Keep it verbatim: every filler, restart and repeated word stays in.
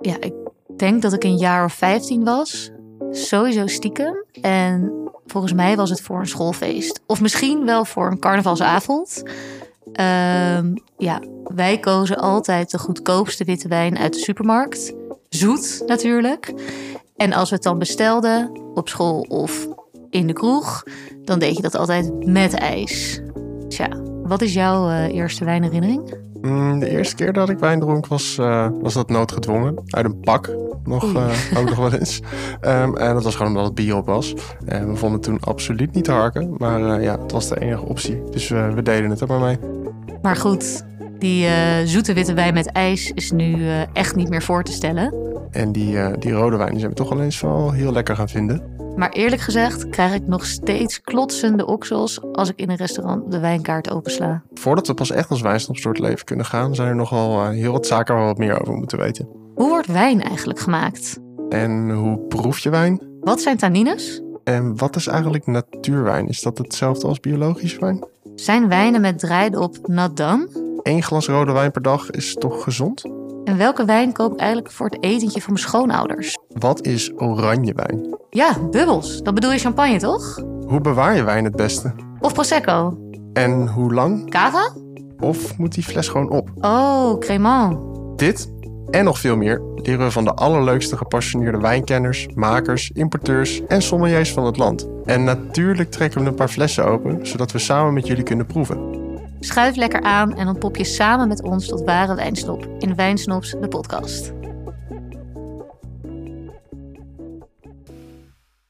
ja, ik denk dat ik een jaar of vijftien was. Sowieso stiekem. En volgens mij was het voor een schoolfeest. Of misschien wel voor een carnavalsavond. Um, ja, wij kozen altijd de goedkoopste witte wijn uit de supermarkt. Zoet natuurlijk. En als we het dan bestelden op school of in de kroeg, dan deed je dat altijd met ijs. Tja, wat is jouw uh, eerste wijnherinnering? Mm, de eerste keer dat ik wijn dronk was, uh, was dat noodgedwongen. Uit een pak. Nog, uh, ook nog wel eens. Um, en dat was gewoon omdat het bier op was. En we vonden het toen absoluut niet te harken. Maar uh, ja, het was de enige optie. Dus uh, we deden het er maar mee. Maar goed, die uh, zoete witte wijn met ijs is nu uh, echt niet meer voor te stellen. En die, uh, die rode wijn die zijn we toch wel eens wel heel lekker gaan vinden. Maar eerlijk gezegd krijg ik nog steeds klotsende oksels als ik in een restaurant de wijnkaart opensla. Voordat we pas echt als wijnsnops door het leven kunnen gaan, zijn er nogal uh, heel wat zaken waar we wat meer over moeten weten. Hoe wordt wijn eigenlijk gemaakt? En hoe proef je wijn? Wat zijn tannines? En wat is eigenlijk natuurwijn? Is dat hetzelfde als biologische wijn? Zijn wijnen met draaidop nat dan? Eén glas rode wijn per dag is toch gezond? En welke wijn koop ik eigenlijk voor het etentje van mijn schoonouders? Wat is oranje wijn? Ja, bubbels. Dat bedoel je champagne, toch? Hoe bewaar je wijn het beste? Of prosecco? En hoe lang? Cava? Of moet die fles gewoon op? Oh, crémant. Dit en nog veel meer leren we van de allerleukste gepassioneerde wijnkenners, makers, importeurs en sommeliers van het land. En natuurlijk trekken we een paar flessen open, zodat we samen met jullie kunnen proeven. Schuif lekker aan en ontpop je samen met ons tot ware wijnsnop in Wijnsnops, de podcast.